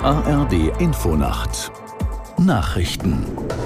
Die ARD Infonacht Nachrichten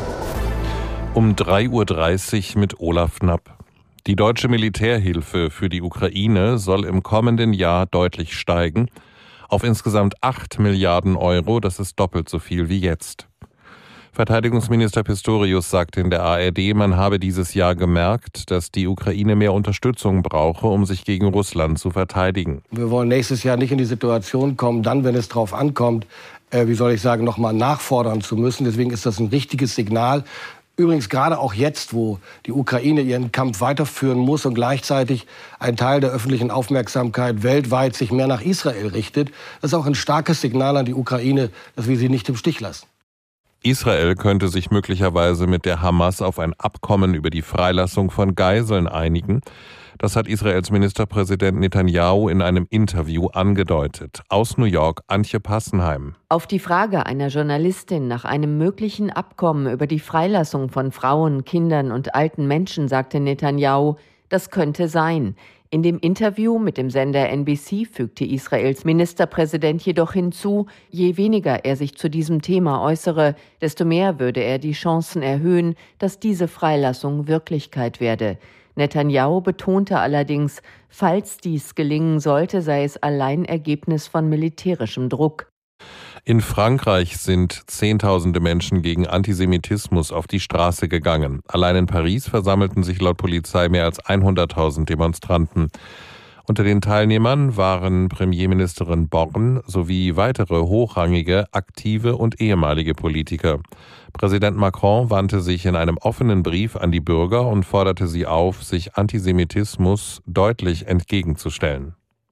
um 3:30 Uhr mit Olaf Knapp. Die deutsche Militärhilfe für die Ukraine soll im kommenden Jahr deutlich steigen, auf insgesamt 8 Milliarden Euro, das ist doppelt so viel wie jetzt. Verteidigungsminister Pistorius sagte in der ARD, man habe dieses Jahr gemerkt, dass die Ukraine mehr Unterstützung brauche, um sich gegen Russland zu verteidigen. Wir wollen nächstes Jahr nicht in die Situation kommen, dann, wenn es drauf ankommt, nochmal nachfordern zu müssen. Deswegen ist das ein richtiges Signal. Übrigens gerade auch jetzt, wo die Ukraine ihren Kampf weiterführen muss und gleichzeitig ein Teil der öffentlichen Aufmerksamkeit weltweit sich mehr nach Israel richtet, das ist auch ein starkes Signal an die Ukraine, dass wir sie nicht im Stich lassen. Israel könnte sich möglicherweise mit der Hamas auf ein Abkommen über die Freilassung von Geiseln einigen. Das hat Israels Ministerpräsident Netanyahu in einem Interview angedeutet. Aus New York, Antje Passenheim. Auf die Frage einer Journalistin nach einem möglichen Abkommen über die Freilassung von Frauen, Kindern und alten Menschen sagte Netanyahu, das könnte sein. In dem Interview mit dem Sender NBC fügte Israels Ministerpräsident jedoch hinzu, je weniger er sich zu diesem Thema äußere, desto mehr würde er die Chancen erhöhen, dass diese Freilassung Wirklichkeit werde. Netanyahu betonte allerdings, falls dies gelingen sollte, sei es allein Ergebnis von militärischem Druck. In Frankreich sind Zehntausende Menschen gegen Antisemitismus auf die Straße gegangen. Allein in Paris versammelten sich laut Polizei mehr als 100.000 Demonstranten. Unter den Teilnehmern waren Premierministerin Born sowie weitere hochrangige, aktive und ehemalige Politiker. Präsident Macron wandte sich in einem offenen Brief an die Bürger und forderte sie auf, sich Antisemitismus deutlich entgegenzustellen.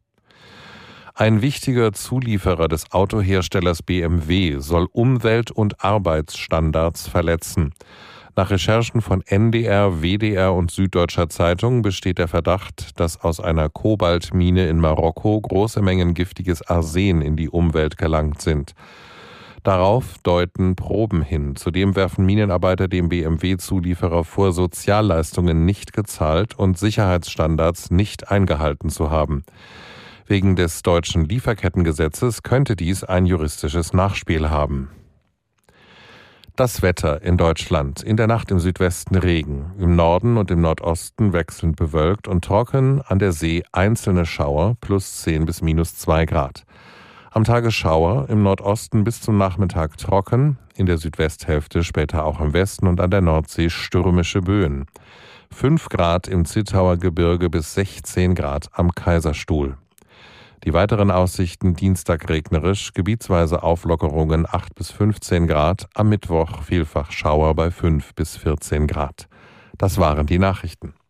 Ein wichtiger Zulieferer des Autoherstellers BMW soll Umwelt- und Arbeitsstandards verletzen. Nach Recherchen von NDR, WDR und Süddeutscher Zeitung besteht der Verdacht, dass aus einer Kobaltmine in Marokko große Mengen giftiges Arsen in die Umwelt gelangt sind. Darauf deuten Proben hin. Zudem werfen Minenarbeiter dem BMW-Zulieferer vor, Sozialleistungen nicht gezahlt und Sicherheitsstandards nicht eingehalten zu haben. Wegen des deutschen Lieferkettengesetzes könnte dies ein juristisches Nachspiel haben. Das Wetter in Deutschland. In der Nacht im Südwesten Regen. Im Norden und im Nordosten wechselnd bewölkt und trocken. An der See einzelne Schauer +10 bis -2 Grad. Am Tage Schauer, im Nordosten bis zum Nachmittag trocken. In der Südwesthälfte später auch im Westen und an der Nordsee stürmische Böen. 5 Grad im Zittauer Gebirge bis 16 Grad am Kaiserstuhl. Die weiteren Aussichten: Dienstag regnerisch, gebietsweise Auflockerungen 8 bis 15 Grad, am Mittwoch vielfach Schauer bei 5 bis 14 Grad. Das waren die Nachrichten.